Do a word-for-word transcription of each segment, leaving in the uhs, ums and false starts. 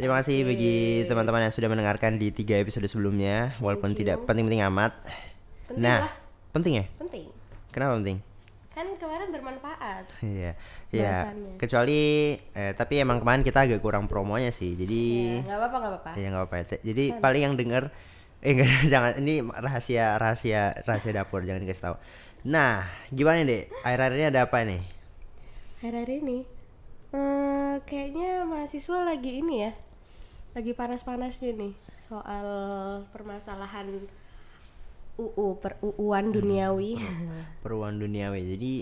Terima kasih bagi teman-teman yang sudah mendengarkan di tiga episode sebelumnya, walaupun tidak penting-penting amat. Penting nah, lah. penting ya? Penting. Kenapa penting? Kan kemarin bermanfaat. Iya, ya. Kecuali, eh, tapi emang kemarin kita agak kurang promonya sih, jadi. Nggak apa-apa, nggak apa-apa. Iya nggak apa-apa. Jadi Sana. Paling yang denger, eh enggak, jangan. Ini rahasia, rahasia, rahasia dapur, jangan dikasih tahu. Nah, gimana deh? Akhir-akhir ini ada apa nih? Akhir-akhir ini, hmm, kayaknya mahasiswa lagi ini ya, lagi panas-panasnya nih soal permasalahan U U per U U-an duniawi. Per U U-an duniawi. Jadi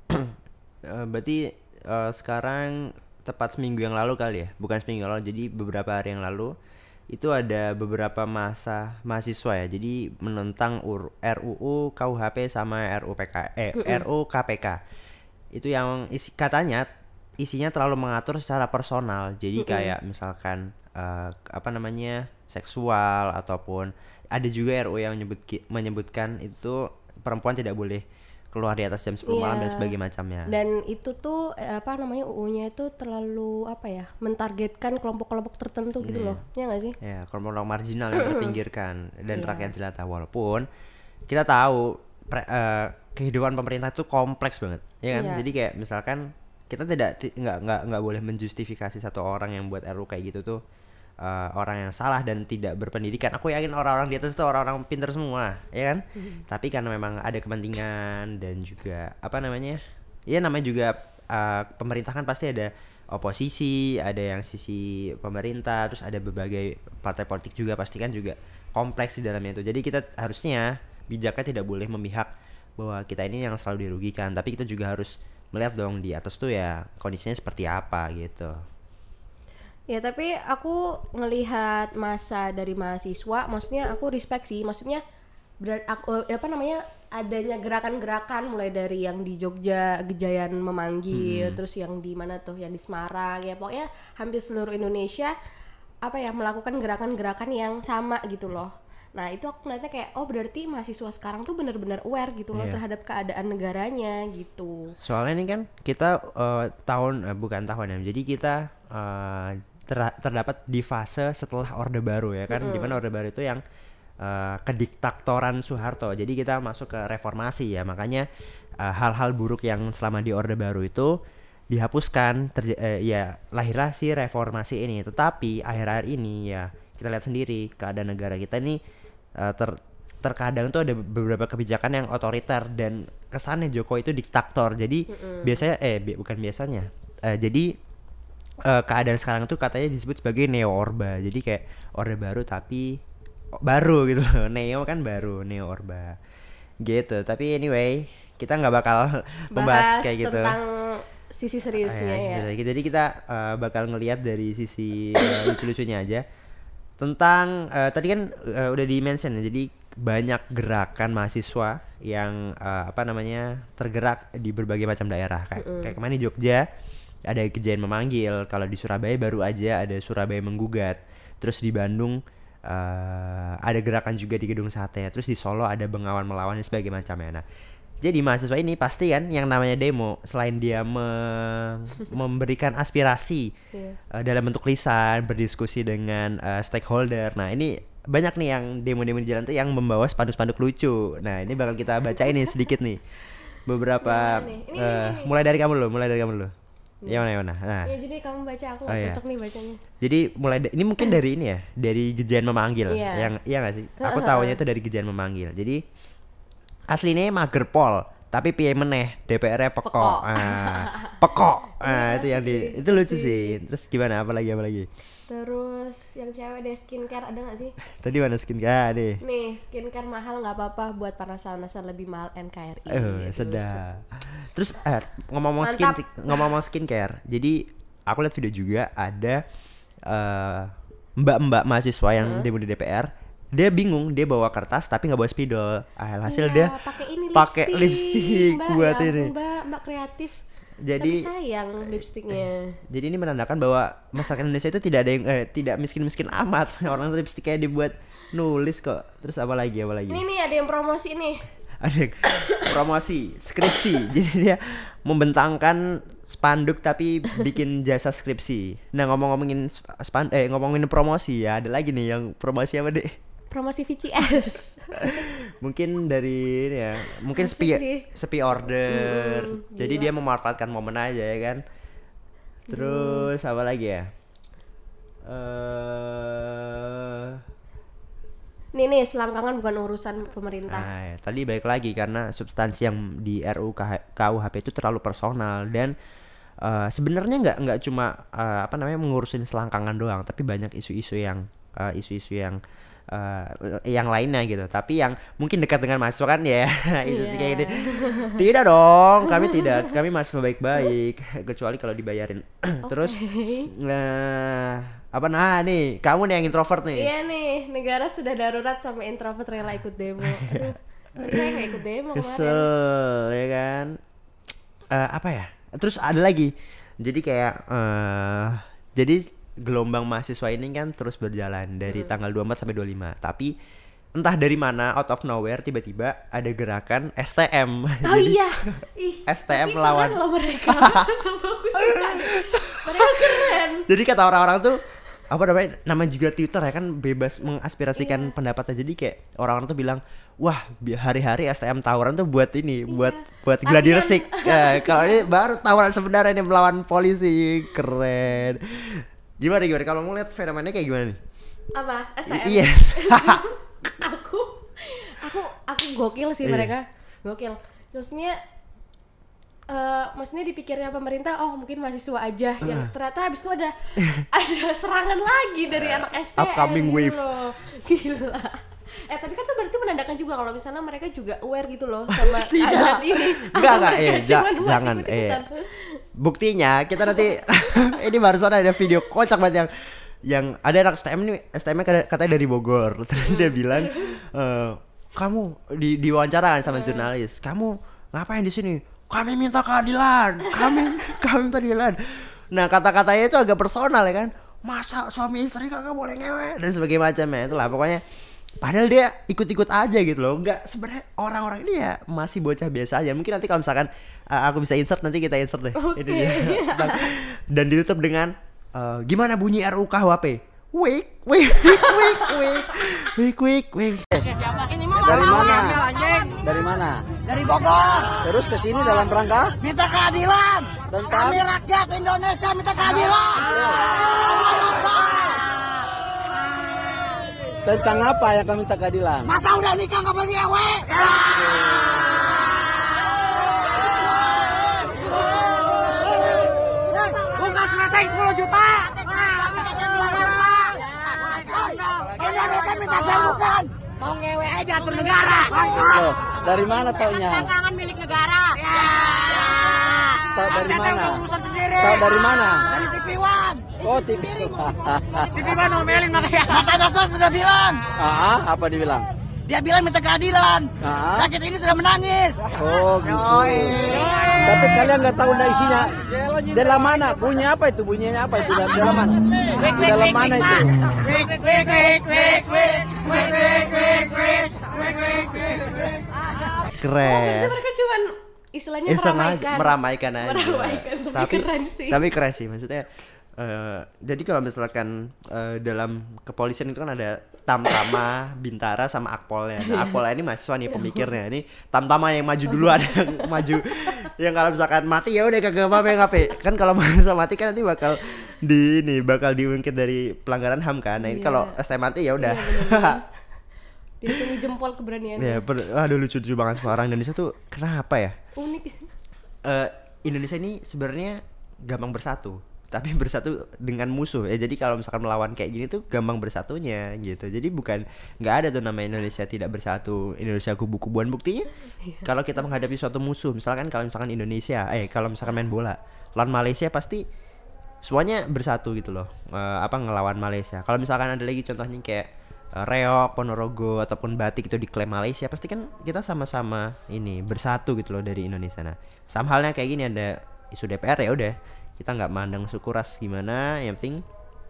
berarti uh, sekarang tepat seminggu yang lalu kali ya, bukan seminggu yang lalu, jadi beberapa hari yang lalu itu ada beberapa masa mahasiswa ya, jadi menentang R U U, K U H P sama R U P K eh R U K P K. Itu yang isi, katanya isinya terlalu mengatur secara personal, jadi mm-hmm. kayak misalkan uh, apa namanya seksual, ataupun ada juga R U yang menyebut, menyebutkan itu perempuan tidak boleh keluar di atas jam sepuluh yeah. malam dan sebagainya macamnya. Dan itu tuh apa namanya U U-nya itu terlalu apa ya, mentargetkan kelompok-kelompok tertentu gitu yeah. loh. Ya nggak sih? Ya, yeah, kelompok-kelompok marginal yang terpinggirkan dan yeah. rakyat jelata. Walaupun kita tahu pre, uh, kehidupan pemerintah itu kompleks banget, ya kan? Yeah. Jadi kayak misalkan kita tidak nggak nggak nggak boleh menjustifikasi satu orang yang buat R U kayak gitu tuh Uh, orang yang salah dan tidak berpendidikan. Aku yakin orang-orang di atas itu orang-orang pintar semua, ya kan? Mm-hmm. Tapi karena memang ada kepentingan dan juga apa namanya? Ya namanya juga uh, pemerintah kan pasti ada oposisi, ada yang sisi pemerintah, terus ada berbagai partai politik juga, pasti kan juga kompleks di dalamnya itu. Jadi kita harusnya bijaknya tidak boleh memihak bahwa kita ini yang selalu dirugikan, tapi kita juga harus melihat dong di atas tuh ya kondisinya seperti apa gitu. Ya tapi aku ngelihat masa dari mahasiswa, maksudnya aku respect sih, maksudnya ber- aku, apa namanya adanya gerakan-gerakan mulai dari yang di Jogja Gejayan memanggil, hmm. terus yang di mana tuh, yang di Semarang, ya pokoknya hampir seluruh Indonesia apa ya melakukan gerakan-gerakan yang sama gitu loh. Nah itu aku ngeliatnya kayak oh berarti mahasiswa sekarang tuh benar-benar aware gitu loh yeah. terhadap keadaan negaranya gitu. Soalnya ini kan kita uh, tahun uh, bukan tahun ya, jadi kita uh, Ter- terdapat di fase setelah Orde Baru ya kan, mm-hmm. dimana Orde Baru itu yang uh, kediktatoran Soeharto, jadi kita masuk ke reformasi ya, makanya uh, hal-hal buruk yang selama di Orde Baru itu dihapuskan, terj- eh, ya lahirlah si reformasi ini. Tetapi akhir-akhir ini ya kita lihat sendiri keadaan negara kita ini uh, ter- terkadang tuh ada beberapa kebijakan yang otoriter dan kesannya Jokowi itu diktator, jadi mm-hmm. biasanya eh bi- bukan biasanya uh, jadi Uh, keadaan sekarang tuh katanya disebut sebagai neo orba, jadi kayak orde baru tapi baru gitu loh. Neo kan baru, neo orba gitu. Tapi anyway kita nggak bakal membahas kayak gitu tentang sisi seriusnya uh, ya, ya. Jadi kita uh, bakal ngelihat dari sisi uh, lucu-lucunya aja tentang uh, tadi kan uh, udah di mention ya, jadi banyak gerakan mahasiswa yang uh, apa namanya tergerak di berbagai macam daerah kayak mm-hmm. kayak kemarin di Jogja ada Gejayan memanggil, kalau di Surabaya baru aja ada Surabaya menggugat, terus di Bandung uh, ada gerakan juga di Gedung Sate, terus di Solo ada Bengawan Melawan dan sebagainya macamnya. Nah, jadi mahasiswa ini pasti kan yang namanya demo, selain dia me- memberikan aspirasi yeah. uh, dalam bentuk lisan, berdiskusi dengan uh, stakeholder. Nah ini banyak nih yang demo-demo di jalan tuh yang membawa spanduk-spanduk lucu. Nah ini bakal kita bacain nih sedikit nih beberapa ini, ini, uh, ini, ini. mulai dari kamu dulu, mulai dari kamu dulu. Ya mana ya mana. Nah. Ya jadi kamu baca, aku nggak oh, cocok iya. nih bacanya. Jadi mulai da- ini mungkin dari ini ya, dari Gejayan memanggil. Yeah. Yang iya nggak sih? Aku tahunya itu dari Gejayan memanggil. Jadi aslinya mager pol, tapi piye meneh D P R-nya pekok. Pekok. Ah, pekok. Ah, itu yang di itu lucu sih. Terus gimana? Apa lagi apa lagi? Terus yang cewek deh, skincare ada gak sih? Tadi mana skincare deh? Nih skincare mahal gak apa-apa buat para salnasan, lebih mahal N K R I. Eh gitu. Sedap. Terus eh, ngomong-ngomong skin, ngomong-ngomong skincare, jadi aku lihat video juga ada uh, mbak-mbak mahasiswa yang hmm? demo di D P R. Dia bingung, dia bawa kertas tapi nggak bawa spidol. Hasil iya, dia pakai lipstick buat ya, ini. Mbak, mbak kreatif. Jadi tapi sayang lipstiknya. Jadi ini menandakan bahwa masyarakat Indonesia itu tidak ada yang eh, tidak miskin-miskin amat. Orang lipstiknya dibuat nulis kok. Terus apa lagi apa lagi? Ini nih ada yang promosi nih. ada promosi skripsi. Jadi dia membentangkan spanduk tapi bikin jasa skripsi. Nah, ngomong-ngomongin span eh ngomongin promosi ya, ada lagi nih yang promosi apa deh? Promosi V C S. Mungkin dari ini ya, mungkin Asik sepi sih. sepi order. Hmm, Jadi gila. dia memanfaatkan momen aja ya kan. Terus apa lagi ya? Eh Nih nih, selangkangan bukan urusan pemerintah. Nah, ya, tadi balik lagi karena substansi yang di R U K U H P itu terlalu personal dan eh, sebenarnya nggak nggak cuma eh, apa namanya mengurusin selangkangan doang, tapi banyak isu-isu yang eh, isu-isu yang eh, yang lainnya gitu. Tapi yang mungkin dekat dengan mahasiswa kan ya, isu Iya. kayak gini. Tidak dong, kami tidak, kami mahasiswa baik-baik kecuali kalau dibayarin. Terus nah apa nah nih kamu nih yang introvert nih. Iya nih, negara sudah darurat sampai introvert rela ikut demo. Aduh, tapi saya nggak ikut demo kemarin. Kesel ya kan. Eh, apa ya? Terus ada lagi. Jadi kayak eh jadi gelombang mahasiswa ini kan terus berjalan dari Hmm. tanggal dua puluh empat sampai dua puluh lima. Tapi entah dari mana out of nowhere tiba-tiba ada gerakan S T M. Oh Jadi iya, ih, S T M tapi lawan. keren loh mereka. Sama aku suka nih. Mereka keren. Jadi kata orang-orang tuh apa namanya namanya juga Twitter ya kan bebas mengaspirasikan Iya. pendapatnya. Jadi kayak orang-orang tuh bilang wah bi- hari-hari S T M tawuran tuh buat ini buat buat Latihan. gladi resik. Ya, kalau ini baru tawuran sebenarnya nih melawan polisi. Keren. Gimana gimana kalau ngeliat fenomenanya kayak gimana nih? Apa? S T M? I- Iya. aku aku aku gokil sih Iya. mereka. Gokil. Maksudnya eh maksudnya dipikirnya pemerintah oh mungkin mahasiswa aja yang ternyata habis itu ada ada serangan lagi dari anak S T M Upcoming gitu wave. loh. Gila. Eh tapi kan itu berarti menandakan juga kalau misalnya mereka juga aware gitu loh sama Tidak. adat ini. Enggak, Atau enggak, mereka eh, ja- cuman buat jangan, ikut-ikutan. Buktinya kita nanti ini barusan ada video kocak banget yang yang ada anak S T M nih S T M-nya kata- katanya dari Bogor. Terus dia bilang eh, kamu di diwawancara kan sama jurnalis. Kamu ngapain di sini? Kami minta keadilan. Kami kami minta keadilan. Nah, kata-katanya itu agak personal ya kan. Masa suami istri kagak boleh ngewe dan sebagainya macamnya. Itulah pokoknya padahal dia ikut-ikut aja gitu loh. Enggak sebenarnya orang-orang ini ya masih bocah biasa aja. Mungkin nanti kalau misalkan uh, aku bisa insert nanti kita insert deh. Oke. Ini dia. Dan ditutup dengan uh, gimana bunyi R U K U H P? Wik, wik, wik, wik, wik, wik, wik, wik. Dari mana? Dari mana? Dari Bogor, Terus ke sini dalam rangka minta keadilan. Tentang? Kami rakyat Indonesia minta keadilan. Allahu Akbar. tentang apa yang kami minta keadilan? Masa udah nikah nggak boleh ngewe? Eh, buka seleteng sepuluh juta. Indonesia minta jauhkan. Mau ngewe aja atur negara. Loh, dari mana taunya? Tangan milik negara. Tahu dari mana? Urusan sendiri. Tahu dari mana? Dari T V One. Oh, T V. T V One ngomelin makanya. Mata Dasko sudah bilang. Ah, apa dibilang? Dia bilang minta keadilan. Ah. Rakyat ini sudah menangis. Oh, gitu. Tapi kalian nggak tahu nah isinya. Dalam mana? Bunyi apa itu? Bunyinya apa itu? Dalam dalam mana? Di dalam mana itu? Wik wik wik wik wik wik wik wik wik wik wik wik wik. Keren. Itu mereka cuman istilahnya Iseng aja, meramaikan. meramaikan aja. Meramaikan, tapi tapi keren sih. Tapi keren sih maksudnya. eh, jadi kalau misalkan eh, dalam kepolisian itu kan ada Tamtama, Bintara sama Akpolnya. Nah, Akpolnya ini mahasiswa nih pemikirnya. Ini Tamtama yang maju dulu ada yang maju. Yang kalau misalkan mati ya udah kagak apa-apa yang H P. Kan kalau mahasiswa mati kan nanti bakal di ini bakal diungkit dari pelanggaran H A M kan. Nah, ini Iya. kalau S T M mati ya udah. Iya, bener-bener. Dihitungi jempol keberaniannya. Ya, per- aduh lucu-lucu banget semua orang Indonesia tuh kenapa ya? Unik. Eh, Indonesia ini sebenarnya gampang bersatu, tapi bersatu dengan musuh. Ya jadi kalau misalkan melawan kayak gini tuh gampang bersatunya gitu. Jadi bukan nggak ada tuh namanya Indonesia tidak bersatu, Indonesia kubu-kubuan. Buktinya kalau kita menghadapi suatu musuh, misalkan kalau misalkan Indonesia, eh kalau misalkan main bola lawan Malaysia pasti semuanya bersatu gitu loh. Eh, apa ngelawan Malaysia. Kalau misalkan ada lagi contohnya kayak eh, Reok, Ponorogo ataupun Batik itu diklaim Malaysia, pasti kan kita sama-sama ini bersatu gitu loh dari Indonesia. Nah, sama halnya kayak gini ada isu D P R ya udah kita nggak mandang suku ras gimana, yang penting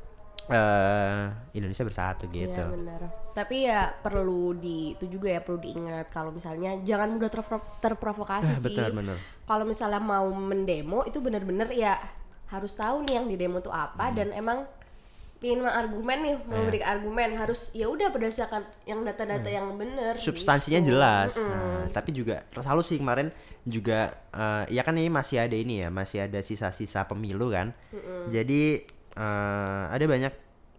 uh, Indonesia bersatu gitu. Iya benar. Tapi ya perlu di itu juga ya perlu diingat kalau misalnya jangan mudah terpro- terprovokasi Nah, sih. betul, bener. Kalau misalnya mau mendemo itu benar-benar ya harus tahu nih yang di demo itu apa, hmm. dan emang ingin argumen nih, memberi yeah. argumen harus ya udah berdasarkan yang data-data hmm. yang benar. Substansinya gitu. jelas. Mm-mm. Nah, tapi juga salut sih kemarin juga uh, ya kan ini masih ada ini ya, masih ada sisa-sisa pemilu kan. Mm-mm. Jadi uh, ada banyak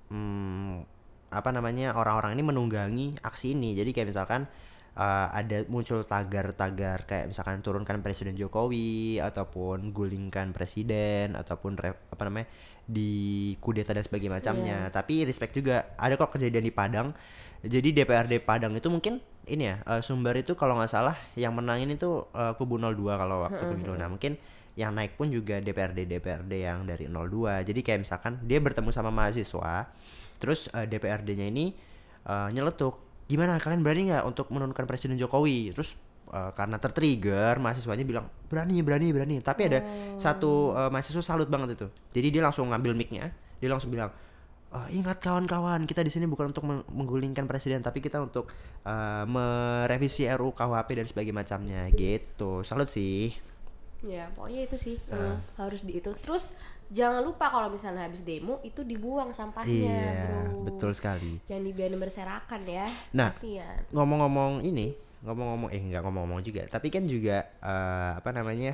um, apa namanya orang-orang ini menunggangi aksi ini. Jadi kayak misalkan uh, ada muncul tagar-tagar kayak misalkan turunkan Presiden Jokowi ataupun gulingkan presiden ataupun re, apa namanya di kudeta dan sebagainya macamnya. Yeah. Tapi respect juga ada kok kejadian di Padang. Jadi D P R D Padang itu mungkin ini ya uh, Sumbar itu kalau nggak salah yang menangin itu uh, kubu nol dua kalau waktu pemilu. Nah mungkin yang naik pun juga D P R D D P R D yang dari nol dua. Jadi kayak misalkan dia bertemu sama mahasiswa, terus uh, D P R D-nya ini uh, nyeletuk, gimana kalian berani nggak untuk menurunkan Presiden Jokowi? Terus uh, karena tertrigger mahasiswanya bilang berani berani berani. Tapi ada oh. satu uh, mahasiswa salut banget itu. Jadi dia langsung ngambil mic-nya, dia langsung bilang, oh, ingat kawan-kawan, kita di sini bukan untuk menggulingkan presiden, tapi kita untuk uh, merevisi R U K U H P dan sebagainya macamnya gitu. Salut sih. Ya pokoknya itu sih uh. harus di itu. Terus jangan lupa kalau misalnya habis demo itu dibuang sampahnya, iya, bro. Betul sekali. Jangan dibiarin berserakan ya. Nah, kasian. ngomong-ngomong ini, ngomong-ngomong eh nggak ngomong-ngomong juga, tapi kan juga uh, apa namanya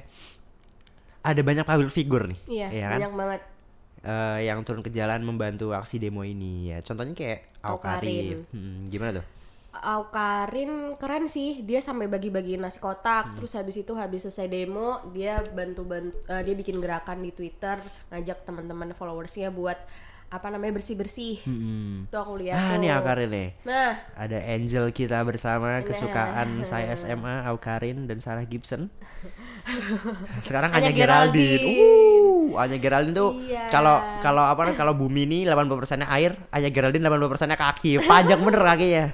ada banyak public figure nih. Iya, ya kan? banyak banget. Uh, yang turun ke jalan membantu aksi demo ini ya. Contohnya kayak Awkarin. Hmm, gimana tuh? Awkarin keren sih, dia sampai bagi-bagi nasi kotak. Hmm. Terus habis itu habis selesai demo dia bantu bantu uh, dia bikin gerakan di Twitter, ngajak teman-teman followersnya buat apa namanya bersih-bersih. Hmm. Tuh aku lihat. Ah, tuh. Nih Awkarin nih. Nah, ada Angel kita bersama, nah. kesukaan saya S M A, Awkarin dan Sarah Gibson. Sekarang Anya Anya Geraldine. Uh, Anya Geraldine tuh kalau iya. kalau apa kalau bumi ini delapan puluh persennya air, Anya Geraldine delapan puluh persennya kaki. Panjang bener kakinya.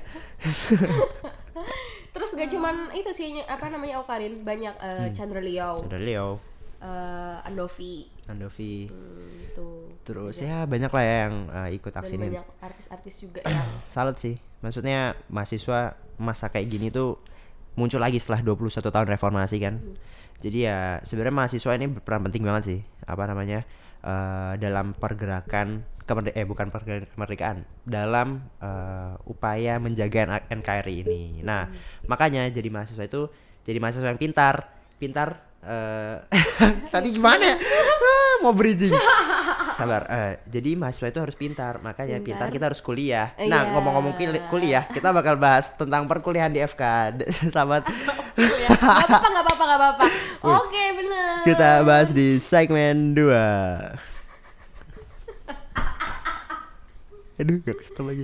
Terus gak cuman itu sih apa namanya Awkarin, banyak uh, hmm. Chandra Leo. Chandra Leo. Uh, Andovi. Andovi. Hmm, tuh. Terus banyak. ya banyak lah yang uh, ikut aksi ini. Banyak artis-artis juga yang salut sih. Maksudnya mahasiswa masa kayak gini tuh muncul lagi setelah dua puluh satu tahun reformasi kan. Hmm. Jadi ya sebenarnya mahasiswa ini berperan penting banget sih. Apa namanya? Uh, dalam pergerakan kemerde- eh bukan pergerakan kemerdekaan, dalam uh, upaya menjaga N K R I ini. Nah, hmm. makanya jadi mahasiswa itu jadi mahasiswa yang pintar, pintar uh, tadi gimana ya? Mau bridging. Sabar. Uh, jadi mahasiswa itu harus pintar, makanya pintar, pintar kita harus kuliah. Uh, nah, yeah. ngomong-ngomong kuliah, kita bakal bahas tentang perkuliahan di F K. Selamat. Gak apa-apa, gak apa-apa, gak apa-apa. Oke, okay, bener. Kita bahas di segmen dua. Aduh, gak kesel lagi.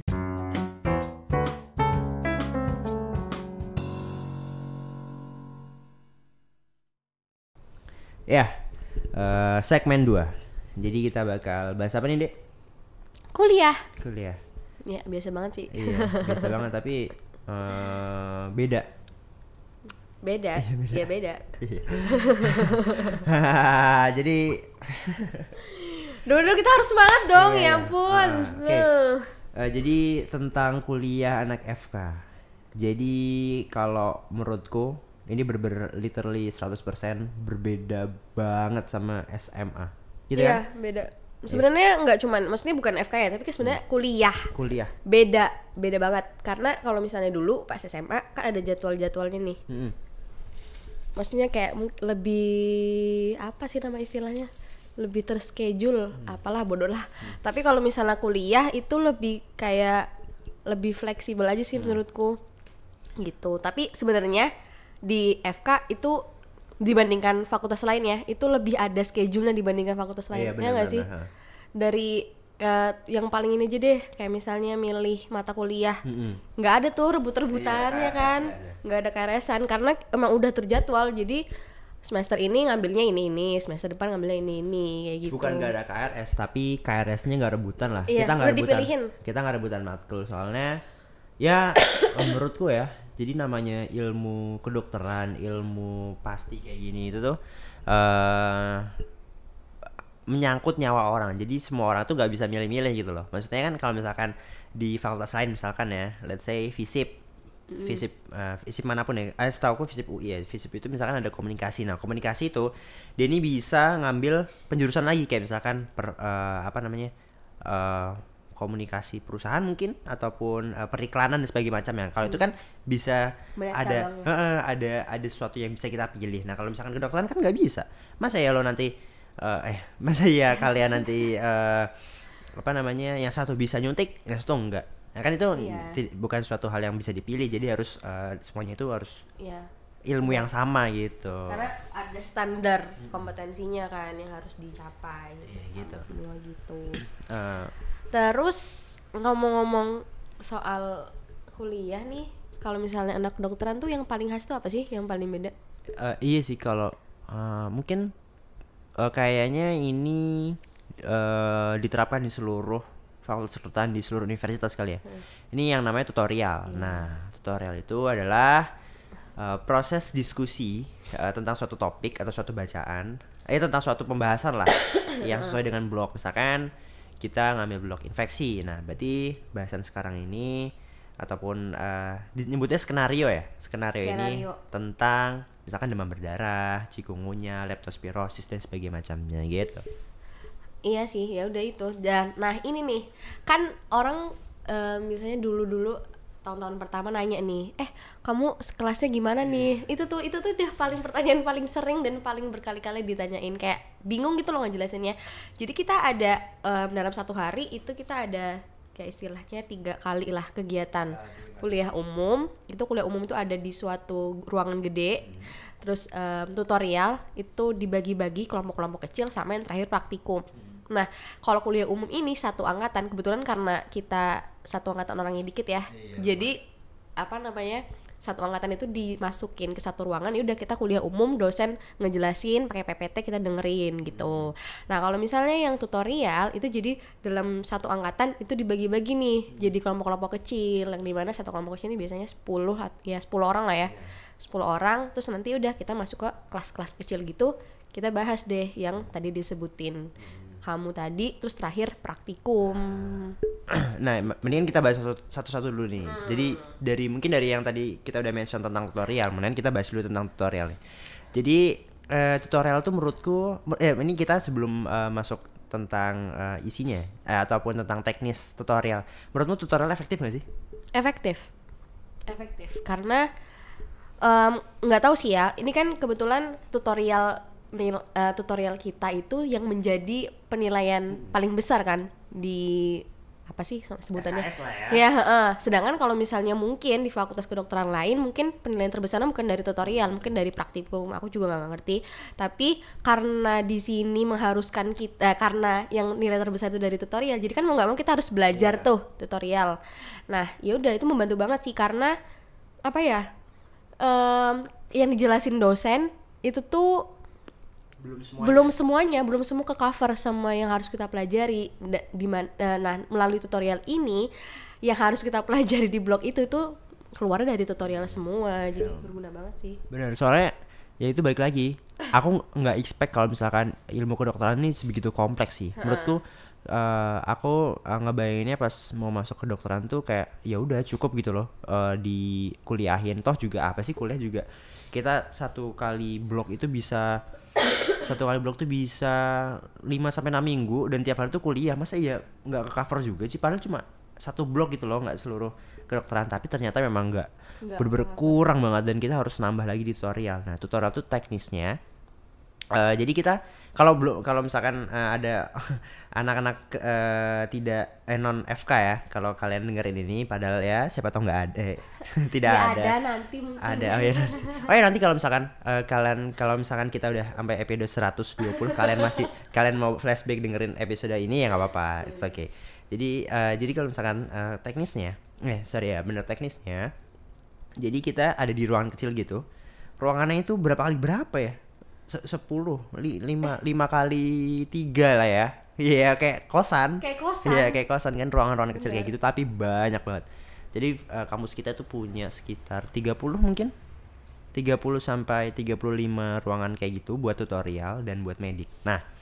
Ya, uh, segmen dua. Jadi kita bakal bahas apa nih, Dek? Kuliah. Kuliah. Ya, biasa banget sih. Iya, biasa banget tapi uh, beda. Beda, ya beda. Jadi dulu kita harus semangat dong, yeah, ya ampun. Uh, okay. uh, jadi tentang kuliah anak F K. Jadi kalau menurutku ini bener-bener literally seratus persen berbeda banget sama S M A. Gitu yeah, kan? Beda. Sebenarnya nggak cuman, maksudnya bukan F K ya, tapi kan sebenarnya kuliah. Kuliah. Beda, beda banget. Karena kalau misalnya dulu pas S M A kan ada jadwal-jadwalnya nih. Mm-hmm. Maksudnya kayak lebih apa sih nama istilahnya? Lebih terschedule, hmm. apalah bodoh lah. Hmm. Tapi kalau misalnya kuliah itu lebih kayak lebih fleksibel aja sih hmm. menurutku. Gitu. Tapi sebenarnya di F K itu dibandingkan fakultas lain ya, itu lebih ada schedule-nya dibandingkan fakultas lain. Iya, ya nggak sih? Ha. Dari uh, yang paling ini aja deh, kayak misalnya milih mata kuliah, nggak mm-hmm. ada tuh rebut-rebutan iya, ya kan, nggak ada K R S-an karena emang udah terjadwal. Jadi semester ini ngambilnya ini ini, semester depan ngambilnya ini ini kayak gitu. Bukan nggak ada K R S, tapi K R S-nya nggak rebutan lah. Iya, kita nggak rebutan. Dipilihin. Kita nggak rebutan matkul soalnya. Ya menurutku ya, jadi namanya ilmu kedokteran, ilmu pasti kayak gini itu tuh uh, menyangkut nyawa orang. Jadi semua orang tuh nggak bisa milih-milih gitu loh. Maksudnya kan kalau misalkan di fakultas lain misalkan ya, let's say FISIP, mm. FISIP, uh, FISIP manapun ya. Eh, setahu aku FISIP U I ya. FISIP itu misalkan ada komunikasi. Nah komunikasi itu dia ini bisa ngambil penjurusan lagi kayak misalkan per, uh, apa namanya uh, komunikasi perusahaan mungkin ataupun uh, periklanan dan sebagainya macam ya. Kalau hmm. itu kan bisa banyak ada uh, ada ada sesuatu yang bisa kita pilih. Nah kalau misalkan kedokteran kan nggak bisa. Masa ya lo nanti uh, eh masa ya kalian nanti uh, apa namanya yang satu bisa nyuntik, yang satu enggak. Nah kan itu yeah. bukan suatu hal yang bisa dipilih. Jadi harus uh, semuanya itu harus yeah. ilmu yeah. yang sama gitu. Karena ada standar kompetensinya kan yang harus dicapai. Iya yeah, gitu. Semua gitu. Uh, Terus ngomong-ngomong soal kuliah nih, kalau misalnya anak kedokteran tuh yang paling khas tuh apa sih? Yang paling beda? Uh, iya sih kalau uh, mungkin uh, kayaknya ini uh, diterapkan di seluruh fakultas kedokteran di seluruh universitas kali ya. Hmm. Ini yang namanya tutorial. Hmm. Nah, tutorial itu adalah uh, proses diskusi uh, tentang suatu topik atau suatu bacaan, eh tentang suatu pembahasan lah yang sesuai dengan blok. Misalkan kita ngambil blok infeksi. Nah, berarti bahasan sekarang ini ataupun uh, disebutnya skenario ya. Skenario, skenario ini tentang misalkan demam berdarah, chikungunya, leptospirosis dan sebagainya macamnya gitu. Iya sih, ya udah itu. Dan nah, ini nih, kan orang uh, misalnya dulu-dulu tahun-tahun pertama nanya nih, eh kamu kelasnya gimana nih? Itu tuh itu tuh udah paling pertanyaan paling sering dan paling berkali-kali ditanyain, kayak bingung gitu loh ngejelasinnya. Jadi kita ada um, dalam satu hari itu kita ada kayak istilahnya tiga kali lah kegiatan kuliah umum. Itu kuliah umum itu ada di suatu ruangan gede. Terus um, tutorial itu dibagi-bagi kelompok-kelompok kecil sama yang terakhir praktikum. Nah, kalau kuliah umum ini satu angkatan, kebetulan karena kita satu angkatan orangnya dikit ya, iya, jadi apa namanya satu angkatan itu dimasukin ke satu ruangan, ya udah kita kuliah umum, dosen ngejelasin pakai P P T, kita dengerin gitu. Nah kalau misalnya yang tutorial itu jadi dalam satu angkatan itu dibagi-bagi nih, jadi kelompok-kelompok kecil, yang dimana satu kelompok kecil ini biasanya sepuluh ya sepuluh orang lah ya, sepuluh orang, terus nanti udah kita masuk ke kelas-kelas kecil gitu, kita bahas deh yang tadi disebutin kamu tadi, terus terakhir praktikum. Nah, mendingan kita bahas satu-satu dulu nih. Hmm. Jadi dari mungkin dari yang tadi kita udah mention tentang tutorial, mendingan kita bahas dulu tentang tutorial. Jadi eh, tutorial tuh menurutku, eh ini kita sebelum uh, masuk tentang uh, isinya eh, ataupun tentang teknis tutorial. Menurutmu tutorial efektif nggak sih? Efektif, efektif. Karena nggak um, tahu sih ya. Ini kan kebetulan tutorial Nil, uh, tutorial kita itu yang menjadi penilaian paling besar kan di apa sih sebutannya? S H S lah ya. Ya, uh, sedangkan kalau misalnya mungkin di fakultas kedokteran lain mungkin penilaian terbesarnya bukan dari tutorial, mungkin dari praktikum. Aku juga nggak ngerti. Tapi karena di sini mengharuskan kita, karena yang nilai terbesar itu dari tutorial, jadi kan mau nggak mau kita harus belajar yeah. tuh tutorial. Nah, ya udah itu membantu banget sih karena apa ya? Um, yang dijelasin dosen itu tuh belum semuanya. belum semuanya, belum semua ke cover sama yang harus kita pelajari. Di mana, nah melalui tutorial ini yang harus kita pelajari di blog itu itu keluarnya dari tutorial semua, jadi yeah. berguna banget sih. Benar, soalnya ya itu balik lagi, aku nggak expect kalau misalkan ilmu kedokteran ini sebegitu kompleks sih. Menurutku uh, aku uh, ngebayanginnya pas mau masuk kedokteran tuh kayak ya udah cukup gitu loh, uh, di kuliahin. Toh juga apa sih kuliah juga kita satu kali blok itu bisa satu kali blok tuh bisa lima sampai enam minggu dan tiap hari tuh kuliah. Masa ya nggak ke cover juga sih, padahal cuma satu blok gitu loh, nggak seluruh kedokteran. Tapi ternyata memang nggak, bener-bener kurang banget dan kita harus nambah lagi di tutorial. Nah tutorial tuh teknisnya uh, jadi kita kalau belum kalau misalkan uh, ada anak-anak uh, tidak eh, non F K ya, kalau kalian dengerin ini padahal ya siapa tahu nggak ada eh, tidak ya ada ada nanti mungkin ada oh ya nanti, oh ya nanti kalau misalkan uh, kalian kalau misalkan kita udah sampai episode seratus dua puluh kalian masih kalian mau flashback dengerin episode ini ya nggak apa-apa, it's okay. Jadi uh, jadi kalau misalkan uh, teknisnya eh sorry ya bener teknisnya, jadi kita ada di ruangan kecil gitu, ruangannya itu berapa kali berapa ya, sepuluh lima lima kali tiga lah ya. Iya yeah, kayak kosan. Kayak kosan. Iya yeah, kayak kosan kan, ruangan-ruangan kecil kayak gitu tapi banyak banget. Jadi uh, kampus kita tuh punya sekitar tiga puluh mungkin tiga puluh sampai tiga puluh lima ruangan kayak gitu buat tutorial dan buat medik. Nah,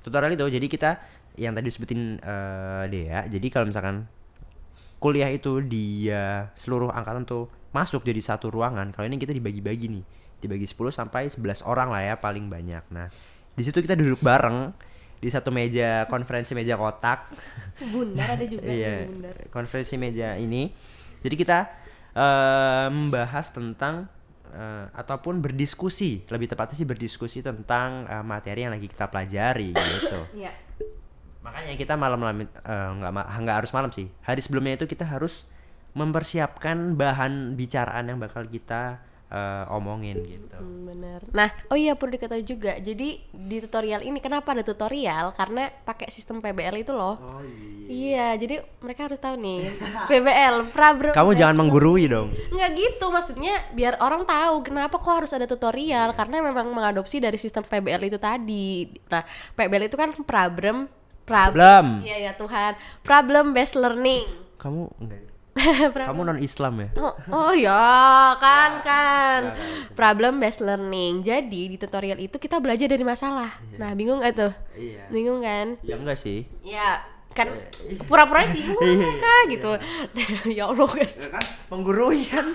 tutorial itu jadi kita yang tadi sebutin uh, Dea. Jadi kalau misalkan kuliah itu dia seluruh angkatan tuh masuk jadi satu ruangan. Kalau ini kita dibagi-bagi nih, dibagi sepuluh sampai sebelas orang lah ya paling banyak. Nah, di situ kita duduk bareng di satu meja konferensi meja kotak. Bundar ada juga. Iya, bundar. konferensi meja ini. Jadi kita uh, membahas tentang uh, ataupun berdiskusi, lebih tepatnya sih berdiskusi tentang uh, materi yang lagi kita pelajari gitu. Iya. Makanya kita malam-malam uh, nggak ma- nggak harus malam sih. Hari sebelumnya itu kita harus mempersiapkan bahan bicaraan yang bakal kita uh, omongin gitu. Hmm, bener. Nah, oh iya perlu diketahui juga. Jadi di tutorial ini kenapa ada tutorial? Karena pakai sistem P B L itu loh. Oh iya. Iya, jadi mereka harus tahu nih P B L, Prabro. Kamu jangan menggurui dong. Nggak gitu, maksudnya biar orang tahu kenapa kok harus ada tutorial. Karena memang mengadopsi dari sistem P B L itu tadi. Nah, P B L itu kan problem, Problem. Iya ya Tuhan, problem based learning. Kamu enggak? Problem- Kamu non Islam ya? Oh, oh ya kan kan problem based learning. Jadi di tutorial itu kita belajar dari masalah. Nah bingung gak tuh? Iya. Bingung kan? Ya enggak sih. Ya kan pura-pura bingung kan gitu. Ya Allah guys. Kan menggurui kan.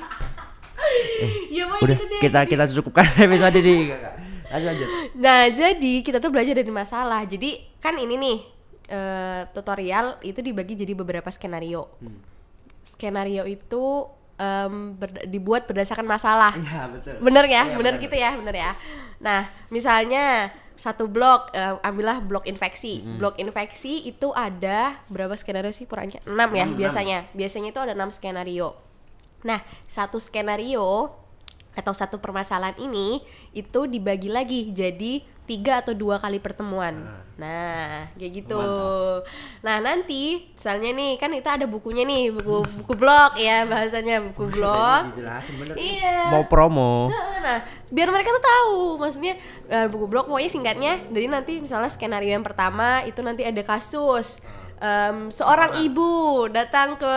Ya mau Udah gitu deh. kita kita cukupkan episode ini. Lanjut lanjut. Nah jadi kita tuh belajar dari masalah. Jadi kan ini nih eh, tutorial itu dibagi jadi beberapa skenario. Hmm. Skenario itu um, ber- dibuat berdasarkan masalah. Iya betul. Bener ya, Iya, bener bener. gitu ya, bener ya. Nah, misalnya satu blok, uh, ambillah blok infeksi. Mm-hmm. Blok infeksi itu ada berapa skenario sih puranya? enam ya enam, biasanya. Biasanya itu ada enam skenario. Nah, satu skenario atau satu permasalahan ini itu dibagi lagi jadi tiga atau dua kali pertemuan. Nah, kayak gitu. Mantap. Nah, nanti misalnya nih kan kita ada bukunya nih, buku buku blog ya bahasanya, buku blog. Dijelasin bener. Iya. Mau promo. Nah, biar mereka tuh tahu, maksudnya uh, buku blog pokoknya singkatnya. Jadi nanti misalnya skenario yang pertama itu nanti ada kasus um, seorang ibu datang ke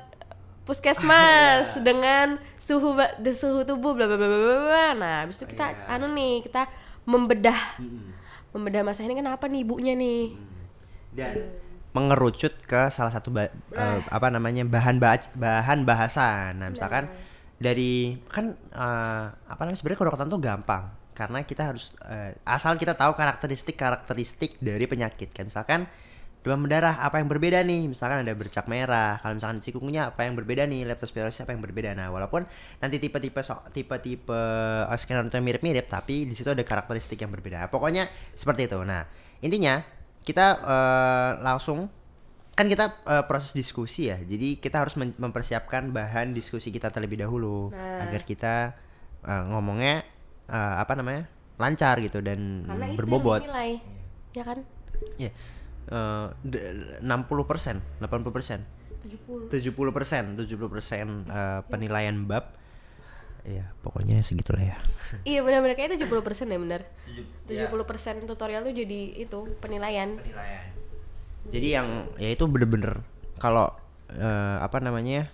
puskesmas dengan suhu ba- suhu tubuh bla bla bla bla bla. Nah, habis itu kita Yeah. anu nih, kita membedah. Mm-mm. Membedah masalah ini kenapa nih ibunya nih. Dan mengerucut ke salah satu ba- uh, apa namanya bahan ba- bahan bahasa. Nah, misalkan dari kan uh, apa namanya sebenarnya kedokteran tuh gampang karena kita harus uh, asal kita tahu karakteristik karakteristik dari penyakit. Kan misalkan demam berdarah apa yang berbeda nih, misalkan ada bercak merah, kalau misalkan cikungunya apa yang berbeda nih, leptospirosis apa yang berbeda. Nah, walaupun nanti tipe-tipe so, tipe-tipe uh, skenario itu mirip-mirip, tapi di situ ada karakteristik yang berbeda. Pokoknya seperti itu. Nah, intinya kita uh, langsung kan kita uh, proses diskusi ya, jadi kita harus mem- mempersiapkan bahan diskusi kita terlebih dahulu nah. agar kita uh, ngomongnya uh, apa namanya lancar gitu dan Karena berbobot. itu yang dinilai, ya kan? Iya. Yeah. Uh, enam puluh persen, delapan puluh persen, tujuh puluh persen, tujuh puluh persen uh, penilaian bab. Iya, pokoknya segitulah ya. Iya benar-benar kayak tujuh puluh persen ya benar. tujuh tujuh puluh persen tutorial tuh jadi itu penilaian. Penilaian. Jadi yang ya itu bener-bener kalau uh, apa namanya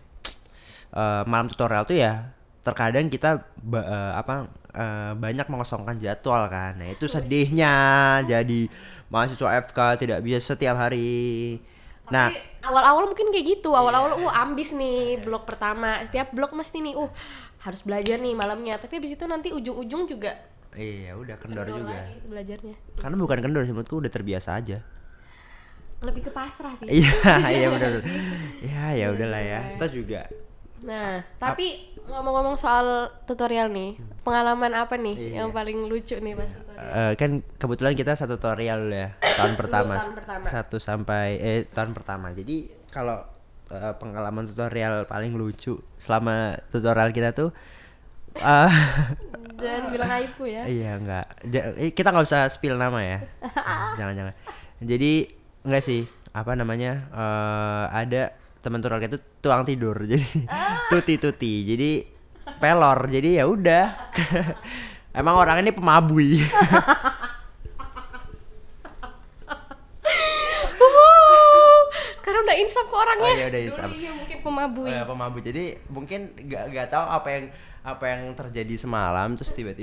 uh, malam tutorial tuh ya terkadang kita ba- uh, apa uh, banyak mengosongkan jadwal kan. Nah itu sedihnya jadi mahasiswa F K tidak bisa setiap hari. Tapi Nah awal-awal mungkin kayak gitu, awal-awal uh ambis nih blok pertama, setiap blok mesti nih uh harus belajar nih malamnya. Tapi abis itu nanti ujung-ujung juga iya udah kendor, kendor juga. lagi belajarnya. Karena bukan kendor sih menurutku udah terbiasa aja. Lebih ke pasrah sih. Iya iya benar. Ya ya udahlah ya. Kita juga. Nah, tapi ngomong-ngomong soal tutorial nih, pengalaman apa nih Iya. yang paling lucu nih pas tutorial? Uh, kan kebetulan kita satu tutorial ya tahun pertama, tahun pertama. satu sampai eh tahun pertama. Jadi kalau uh, pengalaman tutorial paling lucu selama tutorial kita tuh uh, Jangan bilang aibku ya. iya enggak ja- eh, kita nggak usah spill nama ya. Jangan jangan. Jadi enggak sih apa namanya uh, ada teman tutorial kita tuh tuang tidur jadi tuti tuti jadi pelor jadi ya udah. Emang orang ini pemabui. Karena udah insaf ke orangnya. Oh iya, udah insaf. Dulu iya mungkin pemabui. Oh, ya, pemabuk. Jadi mungkin nggak nggak tahu apa yang apa yang terjadi semalam terus tiba-tiba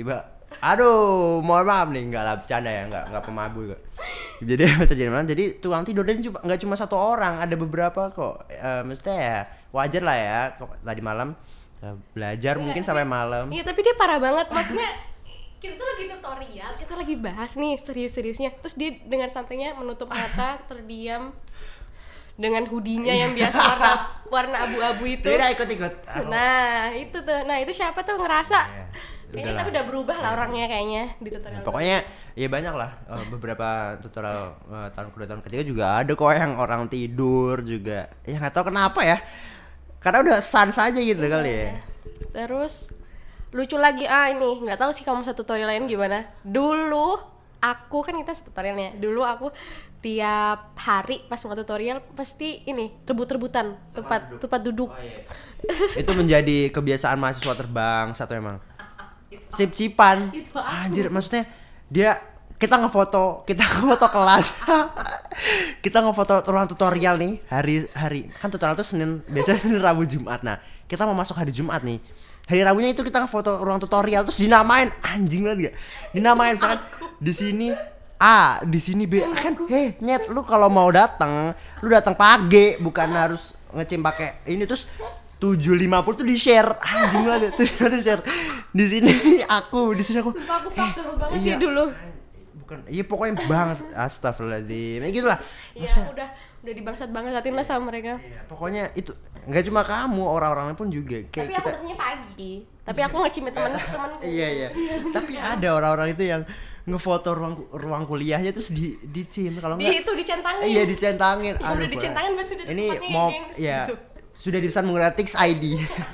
Aduh, mohon maaf nih, enggak lah bercanda ya, enggak enggak pemabuk kok. Jadi terjadi mana? Jadi tukang tidur dan cuma enggak cuma satu orang, ada beberapa kok. Uh, maksudnya ya wajar lah ya tadi malam uh, belajar mungkin sampai malam. Iya, tapi dia parah banget. Maksudnya kita tuh lagi tutorial, kita lagi bahas nih serius-seriusnya. Terus dia dengan santainya menutup mata, terdiam dengan hoodie-nya yang biasa warna warna abu-abu itu. Tidak ikut-ikut. Nah, itu tuh. Nah, itu siapa tuh ngerasa Ya. kayaknya tapi udah berubah lah orangnya kayaknya di tutorial. Pokoknya ya banyak lah uh, beberapa tutorial uh, tahun kedua tahun ketiga juga ada kok yang orang tidur juga. Ya nggak tahu kenapa ya. Karena udah sans aja gitu iya. kali ya. Terus lucu lagi ah ini, nggak tahu sih kamu satu tutorial lain gimana. Dulu aku kan kita satu tutorialnya. Dulu aku tiap hari pas mau tutorial pasti ini rebut-rebutan tempat duduk. tempat duduk. Oh, iya. Itu menjadi kebiasaan mahasiswa terbang satu emang. Cip-cipan. Anjir, maksudnya dia kita ngefoto, kita ngefoto kelas. Kita ngefoto ruang tutorial nih hari-hari. Kan tutorial tuh Senin, biasanya Senin, Rabu, Jumat. Nah, kita mau masuk hari Jumat nih. Hari Rabunya itu kita ngefoto ruang tutorial terus dinamain, anjing banget gak? Dinamain misalkan di sini A, di sini B. Kan heh, nyet, lu kalau mau datang, lu datang pagi, bukan harus ngecim pakai ini terus tujuh lima puluh tuh di-share. Anjing banget tuh di-share. Di sini aku, di sini aku. Sumpah aku fuck dulu banget iya. ya dulu. Bukan, iya pokoknya bang, astagfirullahaladzim. Ya gitulah. Iya, udah udah dibangsat-bangsatin lah sama mereka. Iya, pokoknya itu enggak cuma kamu, orang-orang lain pun juga kayak tapi aku kita. datangnya pagi. Tapi aku ngecimin teman-temanku. Iya, iya. Tapi ada orang-orang itu yang ngefoto ruang ruang kuliahnya terus di dicim kalau enggak. Di itu dicentangin. Iya, dicentangin. Ya, udah dicentangin berarti udah ini tempatnya mau gengs, ya gitu. sudah dipesan menggunakan Tix I D.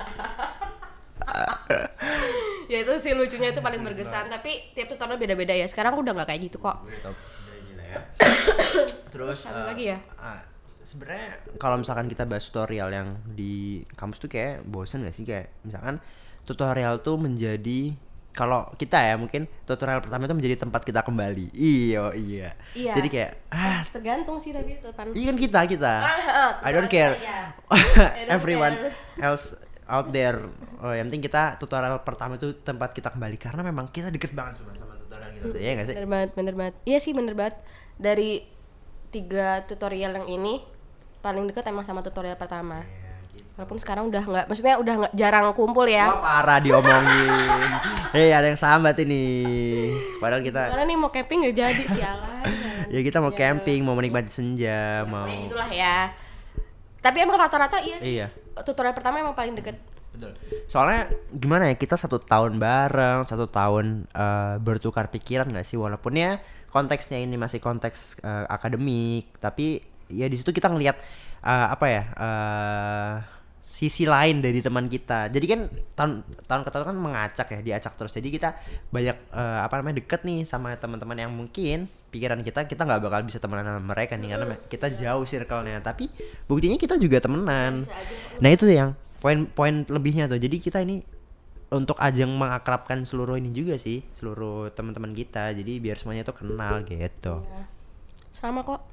Ya itu sih lucunya itu paling berkesan. Tapi tiap tutorial beda-beda ya. Sekarang udah nggak kayak gitu kok. Terus apa uh, lagi ya? Uh, sebenarnya kalau misalkan kita bahas tutorial yang di kampus tuh kayak bosen gak sih, kayak misalkan tutorial tuh menjadi kalau kita ya mungkin tutorial pertama itu menjadi tempat kita kembali. Iyo iya. Iya. Jadi kayak ah tergantung sih tapi depan. iya kan kita kita. Ah, I don't care. Ya. Everyone else out there. Oh, yang penting kita tutorial pertama itu tempat kita kembali karena memang kita deket banget sama sama tutorial kita. Iya nggak sih? Bener banget, bener banget. Iya sih bener banget. Dari tiga tutorial yang ini paling deket emang sama tutorial pertama. Ya, gitu. Walaupun sekarang udah nggak, maksudnya udah nggak jarang kumpul ya. Wah parah diomongin. Hei ada yang sambat ini. Padahal kita. Karena nih mau camping nggak jadi sialan. Ya kita mau Ya. camping, mau menikmati senja, Ya, mau. kayak gitulah ya. Tapi emang rata-rata iya. Iya. Tutorial pertama emang paling deket. Betul. Soalnya gimana ya, kita satu tahun bareng, satu tahun uh, bertukar pikiran nggak sih, walaupun ya konteksnya ini masih konteks uh, akademik, tapi ya di situ kita ngelihat uh, apa ya uh, sisi lain dari teman kita. Jadi kan tahun tahun ke tahun kan mengacak ya, diacak terus. Jadi kita banyak uh, apa namanya deket nih sama teman-teman yang mungkin pikiran kita kita nggak bakal bisa temenan sama mereka nih karena kita jauh circle-nya. Tapi buktinya kita juga temenan. Bisa-bisa aja. Nah itu yang poin-poin lebihnya tuh. Jadi kita ini untuk ajang mengakrabkan seluruh ini juga sih, seluruh teman-teman kita. Jadi biar semuanya tuh kenal gitu. Ya. Sama kok.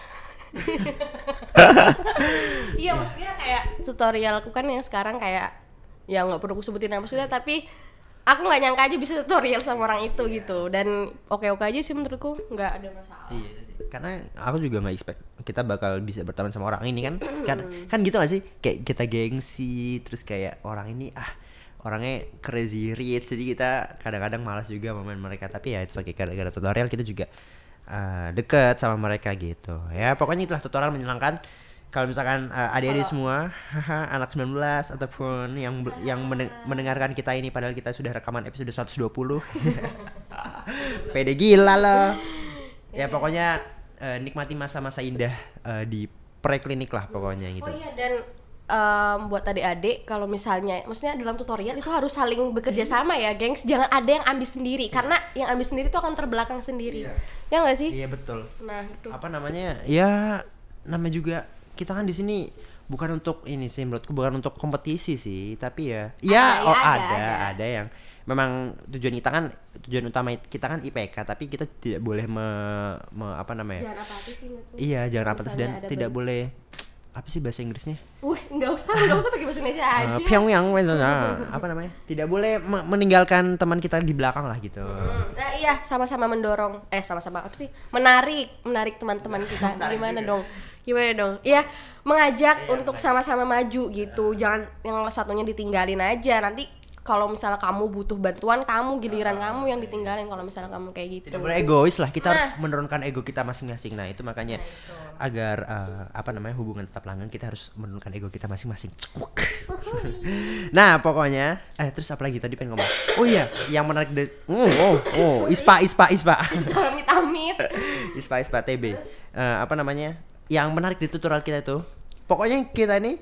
Iya maksudnya kayak tutorialku kan yang sekarang kayak ya nggak perlu aku sebutin apa maksudnya, tapi aku nggak nyangka aja bisa tutorial sama orang itu gitu, dan oke-oke aja sih menurutku, nggak ada masalah. Iya sih. Karena aku juga nggak expect kita bakal bisa berteman sama orang ini kan. kan kan gitu gak sih, kayak kita gengsi terus kayak orang ini ah orangnya crazy rich, jadi kita kadang-kadang malas juga main mereka, tapi ya itu oke, gara-gara tutorial kita juga uh, deket sama mereka gitu ya. Pokoknya itulah tutorial menyenangkan. Kalau misalkan uh, adik-adik semua anak sembilan belas ataupun yang yang mendengarkan kita ini padahal kita sudah rekaman episode seratus dua puluh pede gila loh ya. Pokoknya uh, nikmati masa-masa indah uh, di preklinik lah pokoknya gitu. Oh iya, dan um, buat adik-adik kalau misalnya maksudnya dalam tutorial itu harus saling bekerja sama ya gengs, jangan ada yang ambil sendiri karena yang ambil sendiri itu akan terbelakang sendiri. Iya. Ya nggak sih? Iya betul. Nah itu apa namanya ya, namanya juga kita kan di sini bukan untuk ini sih, menurutku bukan untuk kompetisi sih, tapi ya ya ada, oh ya, ada ada, ada, ada. ada yang memang tujuan kita kan tujuan utama kita kan I P K, tapi kita tidak boleh me, me apa namanya jangan apatis sih menurutku. iya jangan Kalau apatis misalnya dan ada tidak ber- boleh apa sih bahasa Inggrisnya? Wih, nggak usah, nggak usah pakai bahasa Indonesia aja. Uh, Pyongyang itu nah, apa namanya? Tidak boleh me- meninggalkan teman kita di belakang lah gitu. Nah iya, sama-sama mendorong, eh sama-sama apa sih? Menarik, menarik teman-teman kita. Gimana dong? Gimana dong? Iya, mengajak Iya, untuk sama-sama maju gitu. Jangan yang satunya ditinggalin aja. Nanti kalau misalnya kamu butuh bantuan, kamu giliran kamu yang ditinggalin kalau misalnya kamu kayak gitu. Tidak boleh egois lah, kita Nah. harus menurunkan ego kita masing-masing. Nah itu makanya agar uh, apa namanya hubungan tetap langgeng, kita harus menurunkan ego kita masing-masing. Cekuk. Nah pokoknya, eh terus apa lagi tadi pengen ngomong? Oh iya, yang menarik dari, oh oh oh, ispa ispa ispa, Suara amit-amit. ispa ispa T B. Uh, apa namanya? Yang menarik di tutorial kita itu, pokoknya kita nih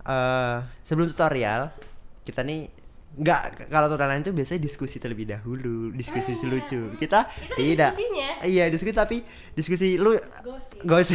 uh, sebelum tutorial kita nih nggak, kalau tutorial itu biasanya diskusi terlebih dahulu, diskusi Ah, lucu. Kita itu tidak. diskusinya. Iya diskusi, tapi diskusi lu Gosip. gosip.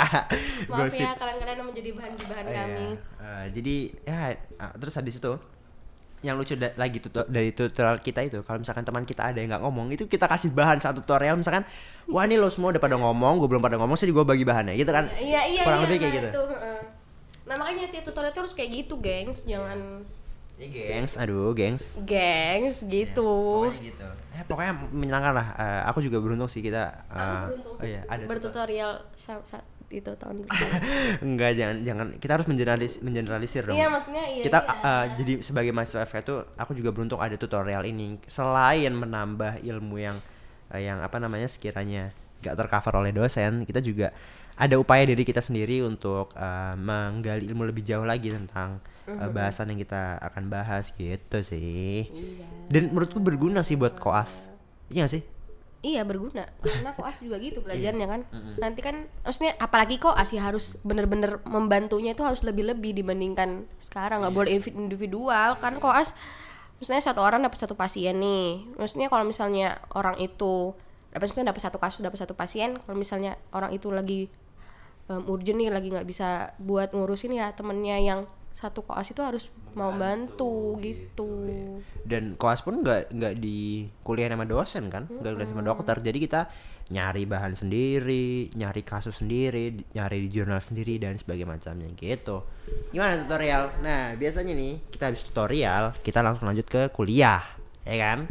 Maaf Gosip. ya kalian-kalian yang menjadi bahan-bahan Oh, iya. kami. Eh, jadi ya uh, terus habis itu yang lucu da- lagi tuto- dari tutorial kita itu, kalau misalkan teman kita ada yang nggak ngomong, itu kita kasih bahan satu tutorial, misalkan wah ini lo semua udah pada ngomong, gue belum pada ngomong, jadi gue bagi bahannya gitu kan. Iya iya Kurang iya, lebih kayak nah gitu. itu, heeh. Nah makanya tiap tutorial itu harus kayak gitu, gengs. Jangan Ya, gengs, aduh gengs. gengs gitu. Pokoknya gitu. Eh, pokoknya menyenangkan lah. Eh, aku juga beruntung sih kita. Aku eh, beruntung. Oh iya, ada. Bertutorial sa- sa- itu tahun depan. Enggak, jangan jangan kita harus mengeneralis mengeneralisir dong. Iya maksudnya iya. Kita iya. eh, jadi sebagai mahasiswa F K itu aku juga beruntung ada tutorial ini, selain menambah ilmu yang eh, yang apa namanya sekiranya gak tercover oleh dosen, kita juga ada upaya diri kita sendiri untuk eh, menggali ilmu lebih jauh lagi tentang eh, bahasan yang kita akan bahas gitu sih. Iya. Dan menurutku berguna sih buat koas. Iya gak sih? Iya berguna, karena koas juga gitu belajarnya kan. Nanti kan, maksudnya apalagi koas ya harus bener-bener membantunya itu harus lebih-lebih dibandingkan sekarang. Nggak boleh invi- individual kan koas. Maksudnya satu orang dapat satu pasien nih. Maksudnya kalau misalnya orang itu dapat maksudnya dapat satu kasus dapat satu pasien. Kalau misalnya orang itu lagi um, urgent nih, lagi nggak bisa buat ngurusin ya temennya yang satu koas itu harus mau bantu gitu. Dan koas pun nggak nggak di kuliah sama dosen kan, nggak kuliah sama dokter, jadi kita nyari bahan sendiri, nyari kasus sendiri, di- nyari di jurnal sendiri dan sebagainya macamnya gitu. Gimana tutorial? Nah biasanya nih kita habis tutorial kita langsung lanjut ke kuliah, ya kan?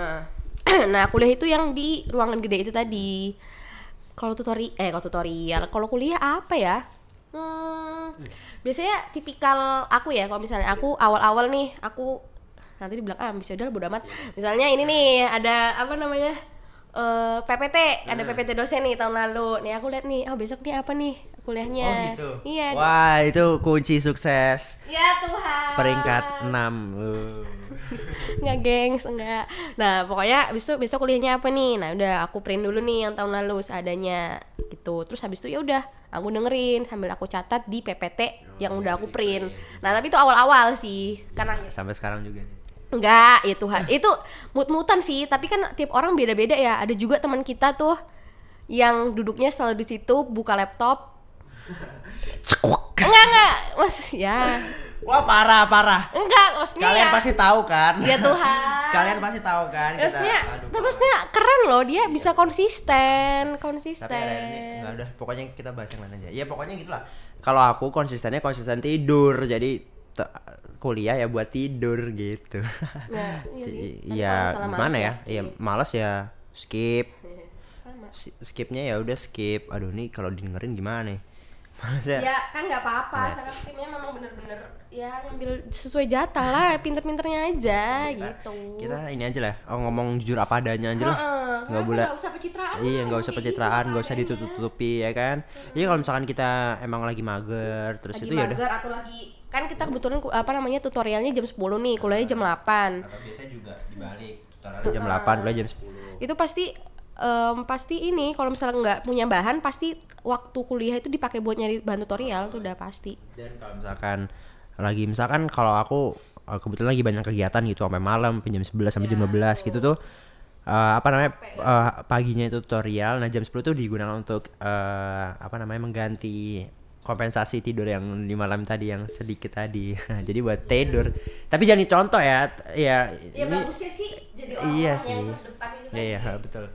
Nah kuliah itu yang di ruangan gede itu tadi. Kalau tutori eh kalau tutorial, kalau kuliah apa ya? Hmm, biasanya tipikal aku ya, kalau misalnya aku awal-awal nih, aku nanti dibilang ah bisa udah bodo amat. Misalnya ini nih ada apa namanya eh P P T, ada P P T dosen nih tahun lalu. Nih aku lihat nih, oh besok nih apa nih kuliahnya? Iya. Wah itu kunci sukses Ya Tuhan. peringkat enam. Uh. Nggak gengs, enggak. Nah pokoknya abis itu besok kuliahnya apa nih? Nah udah aku print dulu nih yang tahun lalu seadanya gitu. Terus habis itu ya udah aku dengerin sambil aku catat di P P T yang udah aku print. Nah tapi itu awal-awal sih, karena Sampai sekarang juga. enggak ya Tuhan, itu mut-mutan sih. Tapi kan tiap orang beda-beda ya. Ada juga teman kita tuh yang duduknya selalu di situ buka laptop. Enggak enggak, mas ya. Wah parah parah. Enggak, maksudnya Kalian ya. pasti tahu kan? Ya Tuhan. Kalian pasti tahu kan? kita- Maksudnya, aduh, tapi maksudnya keren loh, dia bisa konsisten, konsisten. Tapi akhir-akhir ini nggak udah, pokoknya kita bahas yang lain aja. Ya pokoknya gitulah. Kalau aku konsistennya konsisten tidur, jadi te- kuliah ya buat tidur gitu. Ya, iya sih. Tapi Iya, kalau misalnya gimana males ya? skip. Iya, malas ya skip. Sama. Si- Skipnya ya udah skip. Aduh nih kalau dengerin gimana nih? Males ya. Ya kan nggak apa-apa, Nah. sangat skipnya memang bener-bener ya ngambil sesuai jatah lah, pinter-pinternya aja gitu. Kita ini aja lah, oh, ngomong jujur apa adanya aja lah. Heeh, Nggak kenapa boleh. nggak usah pencitraan Iya lah, nggak usah kayak pencitraan, gitu nggak usah adanya. ditutup-tutupi ya kan. Iya kalau misalkan kita emang lagi mager, terus Lagi itu ya udah. mager atau lagi kan kita kebetulan ku- apa namanya tutorialnya jam sepuluh nih, kuliahnya jam delapan. Atau biasanya juga dibalik, tutorialnya jam delapan, kuliah jam sepuluh. Itu pasti em, pasti ini kalau misalnya nggak punya bahan, pasti waktu kuliah itu dipakai buat nyari bahan tutorial tuh udah pasti. Dan kalau misalkan lagi misalkan kalau aku uh, kebetulan lagi banyak kegiatan gitu sampai malam, sampai jam sebelas sampai jam dua belas gitu tuh uh, apa namanya uh, paginya itu tutorial, nah jam sepuluh tuh digunakan untuk uh, apa namanya mengganti kompensasi tidur yang di malam tadi yang sedikit tadi. Jadi buat tidur. Tapi jangan dicontoh ya. Ya Ya ini bagusnya sih jadi iya orang-orang sih. yang terdepan itu Iya, tadi. iya betul.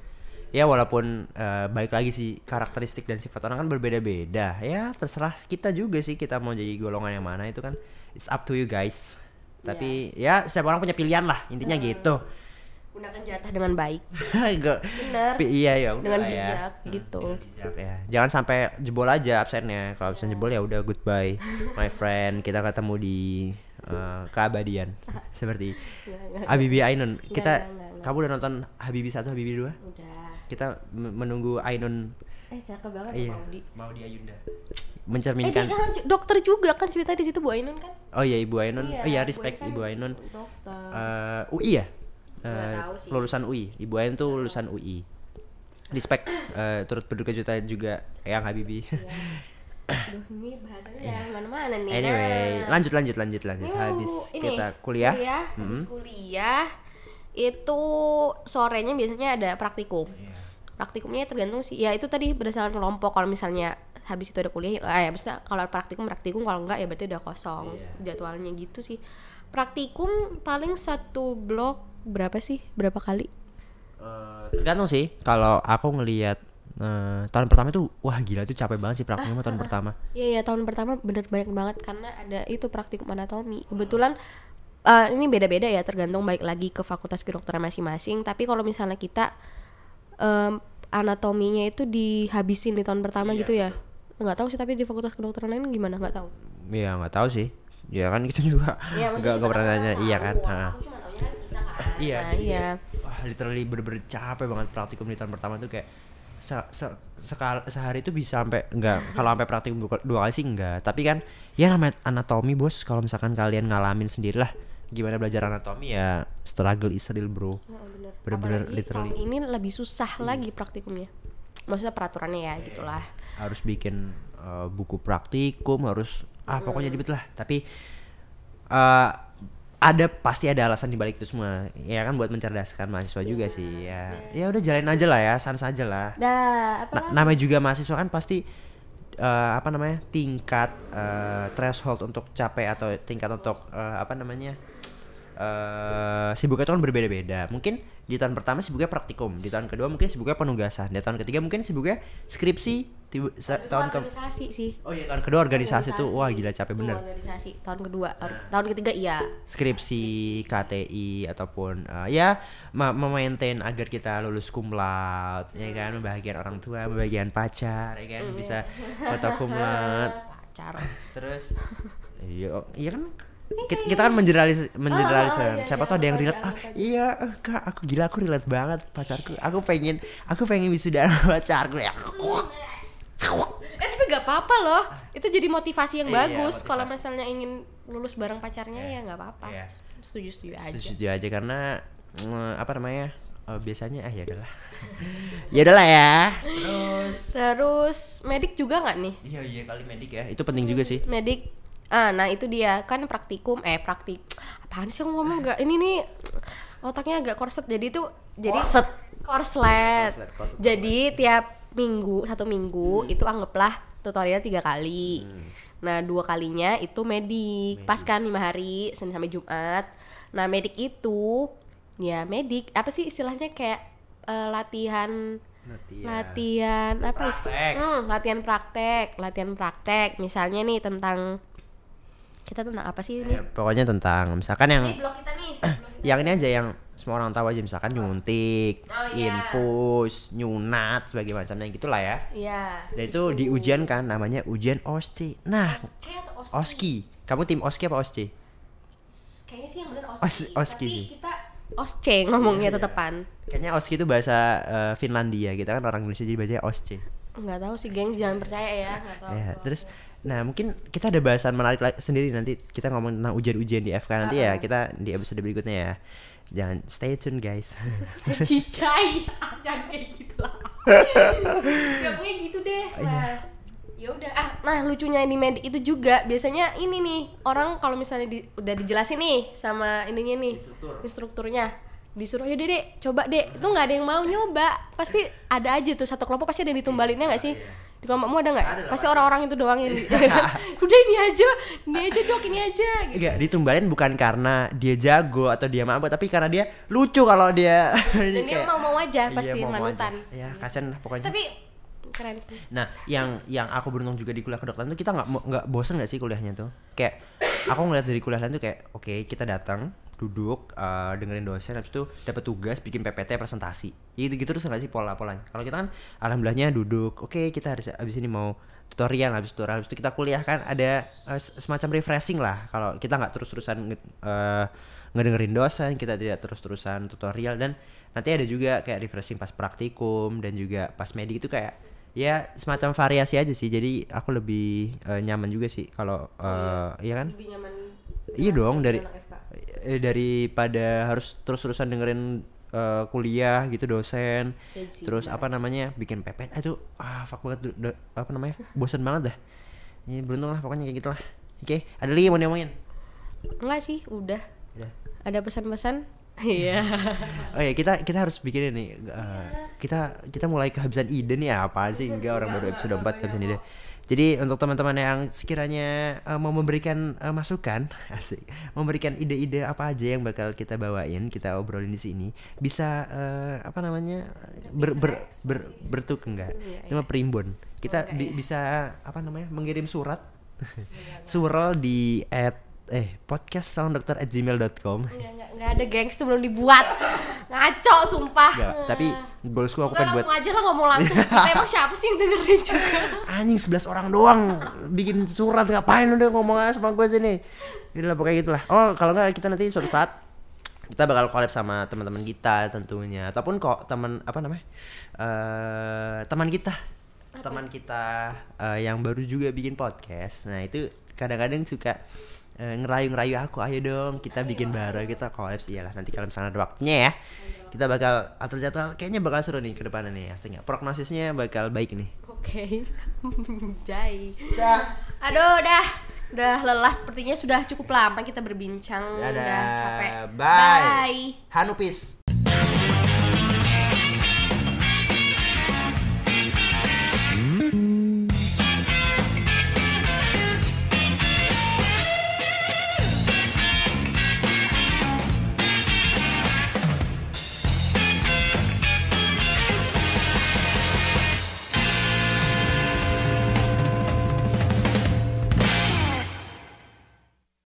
ya walaupun uh, balik lagi sih karakteristik dan sifat orang kan berbeda-beda ya, terserah kita juga sih kita mau jadi golongan yang mana, itu kan it's up to you guys. Tapi yeah. ya setiap orang punya pilihan lah intinya hmm. gitu. Gunakan jatah dengan baik. Enggak. Bener. Iya ya udah dengan ya. bijak gitu. Dengan bijak ya. Jangan sampai jebol aja absennya. Kalau absen jebol ya udah goodbye my friend. Kita ketemu di uh, keabadian seperti Habibie Ainun. Kita nggak, nggak, nggak. Kamu udah nonton Habibie satu, Habibie dua? Udah. Kita m- menunggu Ainun. Eh cakep banget iya, Maudi. Maudi Ayunda. Eh Mencerminkan. dia kan dokter juga kan cerita di situ Bu Ainun kan? Oh iya Ibu Ainun. Iya, oh iya Bu respect Ainun kan Ibu Ainun. Dokter. Uh, U I ya? Nggak Uh, tahu sih. lulusan U I. Ibu Ainun tuh lulusan U I. Respect uh, turut berduka cita juga Eyang Habibie. Iya. Aduh ini bahasanya jangan kemana-mana nih. Anyway, nah. lanjut lanjut lanjut lanjut. Ini Habis ini, kita kuliah. Kuliah, habis Mm-hmm. kuliah itu sorenya biasanya ada praktikum. Yeah. Praktikumnya tergantung sih. Ya itu tadi berdasarkan kelompok. Kalau misalnya habis itu ada kuliah, eh maksudnya kalau praktikum praktikum, kalau enggak ya berarti udah kosong Yeah. jadwalnya gitu sih. Praktikum paling satu blok berapa sih? Berapa kali? Uh, tergantung sih. Kalau aku ngelihat uh, tahun pertama itu wah gila itu capek banget sih praktikum Ah, tahun ah, pertama. Iya ya tahun pertama bener banyak banget karena ada itu praktikum anatomi. Kebetulan uh, ini beda-beda ya tergantung balik lagi ke fakultas kedokteran masing-masing. Tapi kalau misalnya kita um, anatominya itu dihabisin di tahun pertama Iya, gitu ya. Nggak tahu sih tapi di fakultas kedokteran lain gimana nggak tahu. Iya nggak tahu sih. Ya kan kita juga Iya, nggak nggak pernah nanya. Iya kan. Aku, Ha. aku cuma taunya kan kita kan. Iya. Nah, jadi iya. kayak, wah literally bener-bener capek banget praktikum di tahun pertama tuh kayak se se sekal sehari itu bisa sampai enggak kalau sampai praktikum dua, dua kali sih enggak, tapi kan ya namanya anatomi bos, kalau misalkan kalian ngalamin sendirilah gimana belajar anatomi ya struggle is real bro. Oh, bener. Bener-bener Apalagi literally. tahun ini lebih susah lagi praktikumnya. Maksudnya peraturannya ya gitulah. Harus bikin uh, buku praktikum, harus ah pokoknya ribet lah, tapi uh, ada pasti ada alasan dibalik itu semua ya kan, buat mencerdaskan mahasiswa juga sih ya. Ya udah jalanin aja lah ya, sans aja lah. Dah, apa Na- namanya juga mahasiswa kan pasti uh, apa namanya tingkat uh, threshold untuk capai atau tingkat untuk uh, apa namanya uh, sibuknya itu kan berbeda-beda. Mungkin di tahun pertama sibuknya praktikum, di tahun kedua mungkin sibuknya penugasan, di tahun ketiga mungkin sibuknya skripsi, tiba, sa- itu tahun ke organisasi sih. oh iya tahun kedua organisasi, tuh wah gila capek Itu bener. organisasi tahun kedua, or- tahun ketiga iya. Skripsi, K T I ataupun uh, ya ma- memaintain agar kita lulus cum laude ya kan, membahagiakan orang tua, membahagiakan pacar ya kan, bisa foto cum laude. Pacar. Terus iya iya kan kita, kita kan mengeneralis mengeneralis Ah, ah, iya, siapa iya, tuh ada yang aku relate tahu, ah aku tahu. iya eh, kak aku gila aku relate banget pacarku, aku pengen aku pengen wisuda sama pacarku ya. Eh tapi gak apa-apa loh. Itu jadi motivasi yang Iya, bagus. Kalau motivasi. misalnya ingin lulus bareng pacarnya Iya. ya nggak apa-apa. Iya. Setuju-setuju aja. Setuju aja karena mm, apa namanya eh, biasanya ah ya udahlah ya udahlah ya. Terus Terus medik juga nggak nih? iya iya kali medik ya itu penting juga sih. Medik. Ah, nah itu dia kan praktikum eh praktik. Apaan sih aku ngomong gak ini nih otaknya agak korset. Jadi itu jadi Korset. korslet. Korslet, korslet. Jadi tiap minggu satu minggu Hmm. itu anggaplah tutorial tiga kali. Hmm. Nah dua kalinya itu medik, pas kan lima hari Senin sampai Jumat. Nah medik itu ya medik apa sih istilahnya kayak eh, latihan Latihan. latihan apa sih? Praktek. Hmm, latihan praktek, latihan praktek. Misalnya nih tentang kita tentang apa sih ini? Ya, pokoknya tentang misalkan yang Ini blog kita nih. blog kita. yang ini aja yang semua orang tahu aja, misalkan nyuntik, Oh, iya. infus, nyunat sebagai macamnya gitulah ya. Iya. Dan itu di ujian kan namanya ujian O S C. Nah, C atau oski? OSCI. Kamu tim OSCI apa O S C? Kayaknya sih yang benar Os- oski. oski Tapi sih. kita osce ngomongnya Iya, iya. tetepan. Kayaknya OSCI itu bahasa eh, Finlandia. Kita kan orang Indonesia jadi bacanya O S C. Enggak tahu sih, geng, jangan percaya ya, enggak tahu. Ya, terus nah mungkin kita ada bahasan menarik la- sendiri nanti kita ngomong tentang ujian-ujian di F K nanti ya, kita di episode berikutnya ya. Jangan stay tune guys. Cicai, jangan kayak gitu lah. Ya pokoknya gitu deh. Nah, ya udah ah, nah lucunya ini medik itu juga biasanya ini nih orang kalau misalnya di, udah dijelasin nih sama ininya nih Instruktur. instrukturnya disuruh yaudah dek coba dek itu nggak ada yang mau nyoba, pasti ada aja tuh satu kelompok pasti ada yang ditumbalinnya nggak sih, Di kelompokmu ada nggak? Ada lah, Pasti pasti. orang-orang itu doang yang udah ini aja, ini aja dok, ini aja gitu. Enggak, ditumbalin bukan karena dia jago atau dia mampu, tapi karena dia lucu kalau dia Dan dia mau-mau aja pasti iya, mau-mau manutan. aja. Ya, kasian lah pokoknya. Tapi keren. Nah, yang yang aku beruntung juga di kuliah kedokteran tuh kita nggak mo- nggak bosen nggak sih kuliahnya tuh? Kayak aku ngeliat dari kuliah lain tuh kayak oke okay, kita datang duduk uh, dengerin dosen, habis itu dapat tugas bikin P P T presentasi. Ya gitu-gitu terus nggak sih pola-polanya? Kalau kita kan alhamdulillahnya duduk, oke okay, kita harus abis ini mau tutorial, habis tutorial habis itu kita kuliah kan ada uh, semacam refreshing lah. Kalau kita nggak terus-terusan uh, ngedengerin dosen, kita tidak terus-terusan tutorial, dan nanti ada juga kayak refreshing pas praktikum dan juga pas medik itu kayak ya semacam variasi aja sih. Jadi aku lebih uh, nyaman juga sih kalau uh, iya kan? Lebih nyaman. Iya dong, dari anak F K. eh, daripada harus terus-terusan dengerin uh, kuliah gitu dosen, Ya sih, terus benar. apa namanya bikin P P T itu ah fuck banget, du- du- apa namanya bosan banget dah. Ini beruntung lah pokoknya kayak gitulah. Oke, ada lagi yang mau diomongin? Enggak sih, udah. Udah. Ada pesan-pesan? Iya. Oh ya kita kita harus bikin ini. Uh, kita kita mulai kehabisan ide nih apa sih? Enggak, orang baru episode empat kehabisan ide. Jadi untuk teman-teman yang sekiranya uh, mau memberikan uh, masukan, asik, memberikan ide-ide apa aja yang bakal kita bawain, kita obrolin di sini, bisa uh, apa namanya ber ber ber bertuk enggak? Itu mah primbon. Kita bi- bisa apa namanya mengirim surat, surel di at eh podcast sound doctor at gmail dot com. Enggak, enggak, enggak ada gengs tuh belum dibuat. Ngaco sumpah. Enggak, tapi goalsku aku Enggak, pengen buat langsung aja lah ngomong langsung. Kita emang siapa sih yang dengerin juga? anjing sebelas orang doang bikin surat, ngapain udah ngomong aja sama gue sini. Inilah pokoknya gitulah. Oh, kalau enggak kita nanti suatu saat kita bakal collab sama teman-teman kita tentunya, ataupun kok teman apa namanya? Eh teman kita. Teman kita eh, yang baru juga bikin podcast. Nah, itu kadang-kadang suka eh, ngerayu-ngerayu aku, ayo dong kita bikin bareng, kita collab. Iyalah nanti kalau misalnya ada waktunya ya. Kita bakal atur jadwal, kayaknya bakal seru nih ke depannya nih, aslinya. Prognosisnya bakal baik nih. Oke. Jai. Udah. Aduh, udah. Udah lelah sepertinya, sudah cukup lama kita berbincang. Dadah. Udah capek. Bye. Bye. Hanu peace.